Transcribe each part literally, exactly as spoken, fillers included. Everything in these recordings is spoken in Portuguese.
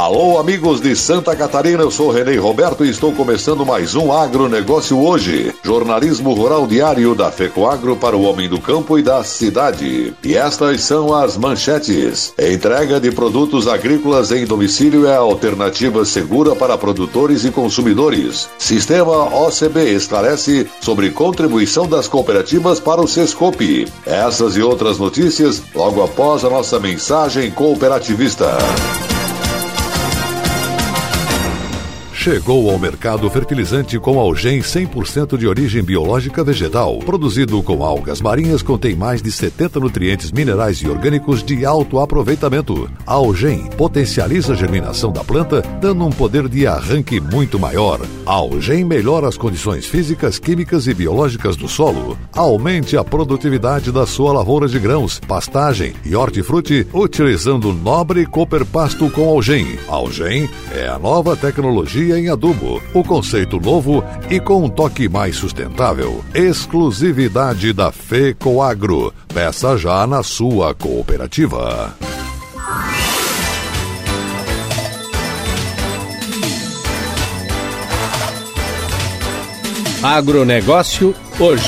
Alô, amigos de Santa Catarina, eu sou Renê Roberto e estou começando mais um Agronegócio Hoje, jornalismo rural diário da FECOAGRO para o homem do campo e da cidade. E estas são as manchetes. Entrega de produtos agrícolas em domicílio é a alternativa segura para produtores e consumidores. Sistema O C B esclarece sobre contribuição das cooperativas para o Sescope. Essas e outras notícias logo após a nossa mensagem cooperativista. Chegou ao mercado fertilizante com Algem cem por cento de origem biológica vegetal. Produzido com algas marinhas, contém mais de setenta nutrientes minerais e orgânicos de alto aproveitamento. A Algem potencializa a germinação da planta, dando um poder de arranque muito maior. A Algem melhora as condições físicas, químicas e biológicas do solo. Aumente a produtividade da sua lavoura de grãos, pastagem e hortifruti, utilizando o nobre Cooper Pasto com Algem. Algem é a nova tecnologia em adubo, o conceito novo e com um toque mais sustentável. Exclusividade da FECOAGRO. Peça já na sua cooperativa. Agronegócio Hoje.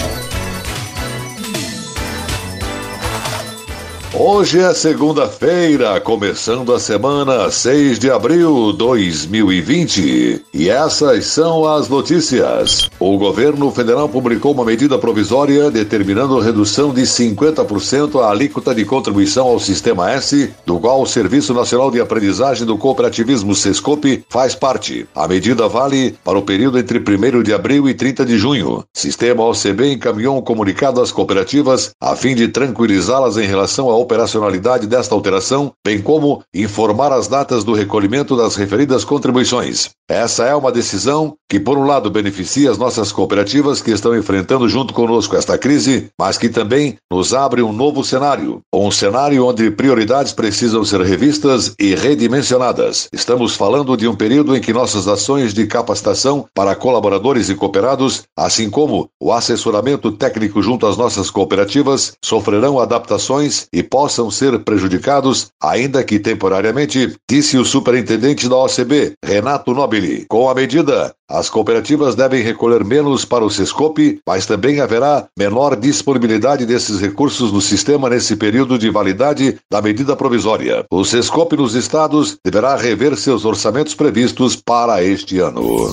Hoje é segunda-feira, começando a semana seis de abril de dois mil e vinte. E essas são as notícias. O governo federal publicou uma medida provisória determinando redução de cinquenta por cento a alíquota de contribuição ao Sistema S, do qual o Serviço Nacional de Aprendizagem do Cooperativismo Sescope faz parte. A medida vale para o período entre primeiro de abril e trinta de junho. Sistema O C B encaminhou um comunicado às cooperativas a fim de tranquilizá-las em relação à operacionalidade desta alteração, bem como informar as datas do recolhimento das referidas contribuições. Essa é uma decisão que, por um lado, beneficia as nossas cooperativas que estão enfrentando junto conosco esta crise, mas que também nos abre um novo cenário. Um cenário onde prioridades precisam ser revistas e redimensionadas. Estamos falando de um período em que nossas ações de capacitação para colaboradores e cooperados, assim como o assessoramento técnico junto às nossas cooperativas, sofrerão adaptações e possam ser prejudicados, ainda que temporariamente, disse o superintendente da O C B, Renato Nobili. Com a medida, as cooperativas devem recolher menos para o Sescope, mas também haverá menor disponibilidade desses recursos no sistema nesse período de validade da medida provisória. O Sescope nos estados deverá rever seus orçamentos previstos para este ano.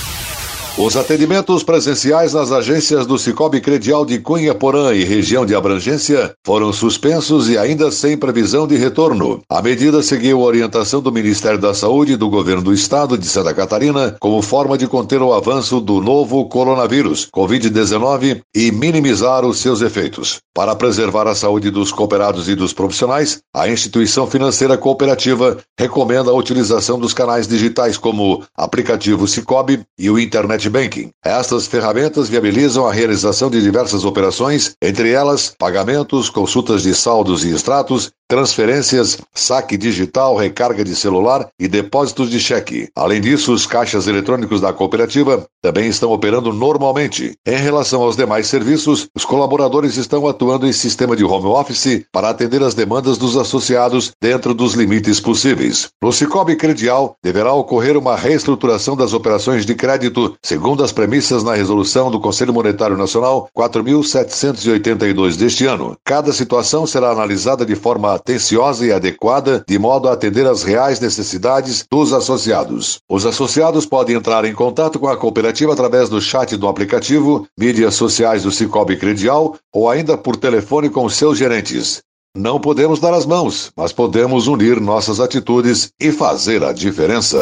Os atendimentos presenciais nas agências do Cicobi Credial de Cunha Porã e região de abrangência foram suspensos e ainda sem previsão de retorno. A medida seguiu a orientação do Ministério da Saúde e do Governo do Estado de Santa Catarina como forma de conter o avanço do novo coronavírus, covid dezenove, e minimizar os seus efeitos. Para preservar a saúde dos cooperados e dos profissionais, a instituição financeira cooperativa recomenda a utilização dos canais digitais como aplicativo Cicobi e o Internet Banking. Estas ferramentas viabilizam a realização de diversas operações, entre elas pagamentos, consultas de saldos e extratos, transferências, saque digital, recarga de celular e depósitos de cheque. Além disso, os caixas eletrônicos da cooperativa também estão operando normalmente. Em relação aos demais serviços, os colaboradores estão atuando em sistema de home office para atender as demandas dos associados dentro dos limites possíveis. No Cicobi Credial, deverá ocorrer uma reestruturação das operações de crédito, segundo as premissas na resolução do Conselho Monetário Nacional quatro mil setecentos e oitenta e dois deste ano. Cada situação será analisada de forma atenciosa e adequada, de modo a atender às reais necessidades dos associados. Os associados podem entrar em contato com a cooperativa através do chat do aplicativo, mídias sociais do Cicobi Credial ou ainda por telefone com seus gerentes. Não podemos dar as mãos, mas podemos unir nossas atitudes e fazer a diferença.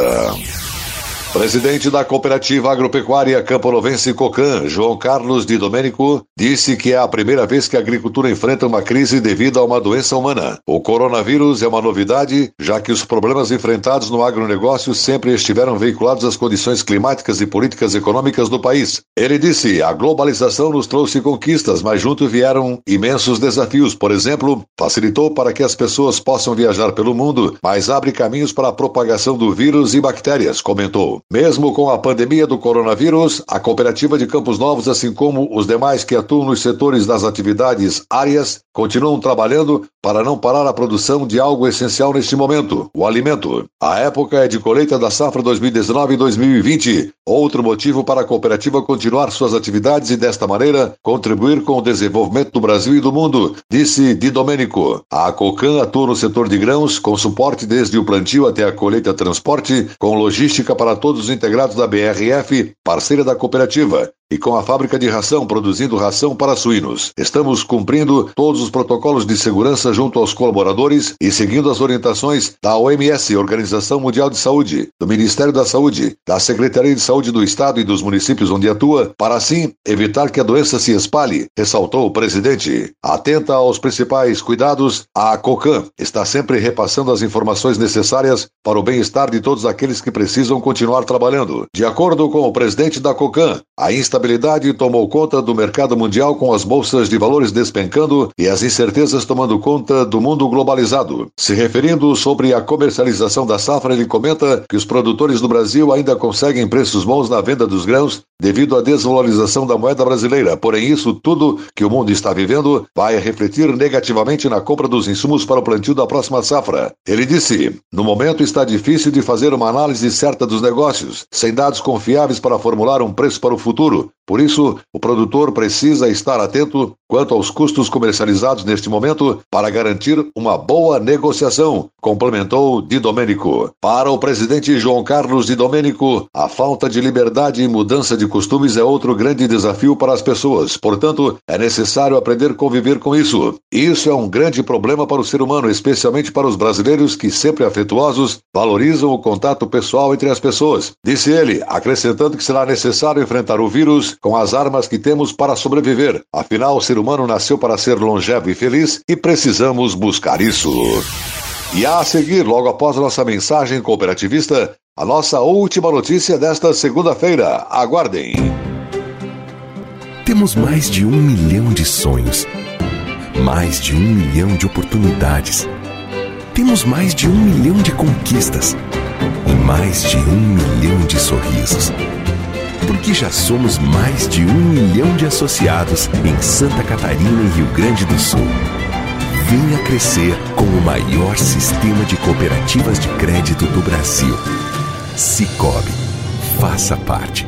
Presidente da Cooperativa Agropecuária Campolovense Cocan, João Carlos Di Domenico, disse que é a primeira vez que a agricultura enfrenta uma crise devido a uma doença humana. O coronavírus é uma novidade, já que os problemas enfrentados no agronegócio sempre estiveram vinculados às condições climáticas e políticas econômicas do país. Ele disse, a globalização nos trouxe conquistas, mas junto vieram imensos desafios. Por exemplo, facilitou para que as pessoas possam viajar pelo mundo, mas abre caminhos para a propagação do vírus e bactérias, comentou. Mesmo com a pandemia do coronavírus, a cooperativa de Campos Novos, assim como os demais que atuam nos setores das atividades áreas, continuam trabalhando para não parar a produção de algo essencial neste momento, o alimento. A época é de colheita da safra dois mil e dezenove e dois mil e vinte. Outro motivo para a cooperativa continuar suas atividades e, desta maneira, contribuir com o desenvolvimento do Brasil e do mundo, disse Di Domenico. A Cocan atua no setor de grãos, com suporte desde o plantio até a colheita e transporte, com logística para todos os integrados da B R F, parceira da cooperativa, e com a fábrica de ração, produzindo ração para suínos. Estamos cumprindo todos os protocolos de segurança junto aos colaboradores e seguindo as orientações da O M S, Organização Mundial de Saúde, do Ministério da Saúde, da Secretaria de Saúde do Estado e dos municípios onde atua, para assim evitar que a doença se espalhe, ressaltou o presidente. Atenta aos principais cuidados, a Cocan está sempre repassando as informações necessárias para o bem-estar de todos aqueles que precisam continuar trabalhando. De acordo com o presidente da Cocan, a instabilidade tomou conta do mercado mundial, com as bolsas de valores despencando e as incertezas tomando conta do mundo globalizado. Se referindo sobre a comercialização da safra, ele comenta que os produtores do Brasil ainda conseguem preços bons na venda dos grãos devido à desvalorização da moeda brasileira. Porém, isso tudo que o mundo está vivendo vai refletir negativamente na compra dos insumos para o plantio da próxima safra. Ele disse: no momento está difícil de fazer uma análise certa dos negócios, sem dados confiáveis para formular um preço para o futuro. Por isso, o produtor precisa estar atento quanto aos custos comercializados neste momento para garantir uma boa negociação, complementou Di Domenico. Para o presidente João Carlos Di Domenico, a falta de liberdade e mudança de costumes é outro grande desafio para as pessoas. Portanto, é necessário aprender a conviver com isso. Isso é um grande problema para o ser humano, especialmente para os brasileiros que, sempre afetuosos, valorizam o contato pessoal entre as pessoas. Disse ele, acrescentando que será necessário enfrentar o vírus com as armas que temos para sobreviver. Afinal, o ser humano nasceu para ser longevo e feliz e precisamos buscar isso. E a seguir, logo após a nossa mensagem cooperativista, a nossa última notícia desta segunda-feira. Aguardem. Temos mais de um milhão de sonhos, mais de um milhão de oportunidades. Temos mais de um milhão de conquistas e mais de um milhão de sorrisos. Porque já somos mais de um milhão de associados em Santa Catarina e Rio Grande do Sul. Venha crescer com o maior sistema de cooperativas de crédito do Brasil. Sicoob. Faça parte.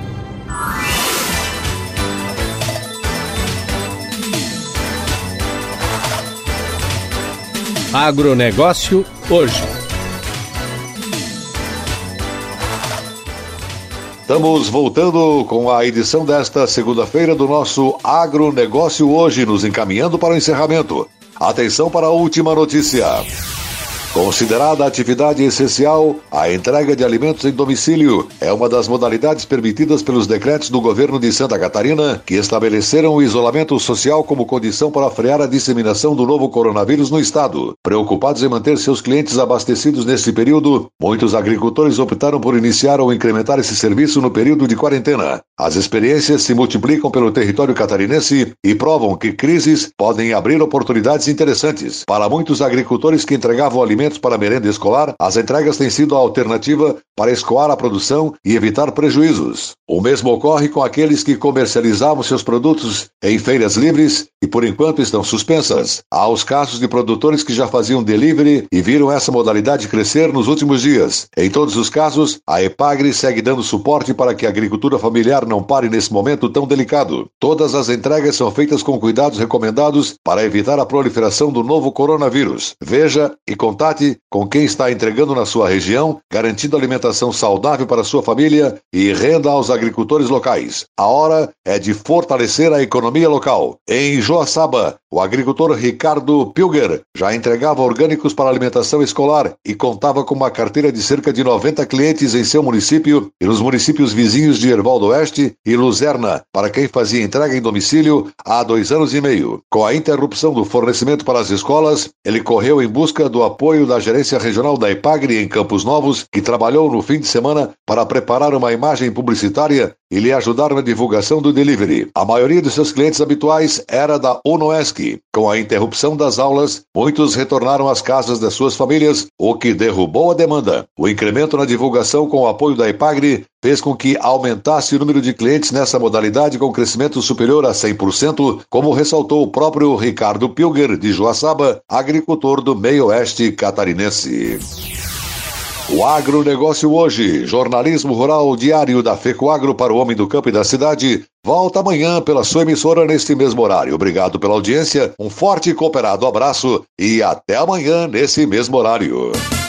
Agronegócio hoje. Estamos voltando com a edição desta segunda-feira do nosso Agronegócio hoje, nos encaminhando para o encerramento. Atenção para a última notícia. Considerada atividade essencial, a entrega de alimentos em domicílio é uma das modalidades permitidas pelos decretos do governo de Santa Catarina, que estabeleceram o isolamento social como condição para frear a disseminação do novo coronavírus no estado. Preocupados em manter seus clientes abastecidos nesse período, muitos agricultores optaram por iniciar ou incrementar esse serviço no período de quarentena. As experiências se multiplicam pelo território catarinense e provam que crises podem abrir oportunidades interessantes. Para muitos agricultores que entregavam alimentos para a merenda escolar, as entregas têm sido a alternativa para escoar a produção e evitar prejuízos. O mesmo ocorre com aqueles que comercializavam seus produtos em feiras livres e por enquanto estão suspensas. Há os casos de produtores que já faziam delivery e viram essa modalidade crescer nos últimos dias. Em todos os casos, a Epagri segue dando suporte para que a agricultura familiar não pare nesse momento tão delicado. Todas as entregas são feitas com cuidados recomendados para evitar a proliferação do novo coronavírus. Veja e contate com quem está entregando na sua região, garantindo alimentação saudável para sua família e renda aos agricultores locais. A hora é de fortalecer a economia local. Em Joaçaba, o agricultor Ricardo Pilger já entregava orgânicos para alimentação escolar e contava com uma carteira de cerca de noventa clientes em seu município e nos municípios vizinhos de Erval do Oeste e Luzerna, para quem fazia entrega em domicílio há dois anos e meio. Com a interrupção do fornecimento para as escolas, ele correu em busca do apoio da gerência regional da Epagri em Campos Novos, que trabalhou no fim de semana para preparar uma imagem publicitária e lhe ajudar na divulgação do delivery. A maioria de seus clientes habituais era da UNOESC. Com a interrupção das aulas, muitos retornaram às casas das suas famílias, o que derrubou a demanda. O incremento na divulgação com o apoio da Epagre fez com que aumentasse o número de clientes nessa modalidade com crescimento superior a cem por cento, como ressaltou o próprio Ricardo Pilger, de Joaçaba, agricultor do meio-oeste catarinense. O agronegócio hoje, jornalismo rural diário da FECOAGRO para o homem do campo e da cidade, volta amanhã pela sua emissora neste mesmo horário. Obrigado pela audiência, um forte e cooperado abraço e até amanhã nesse mesmo horário.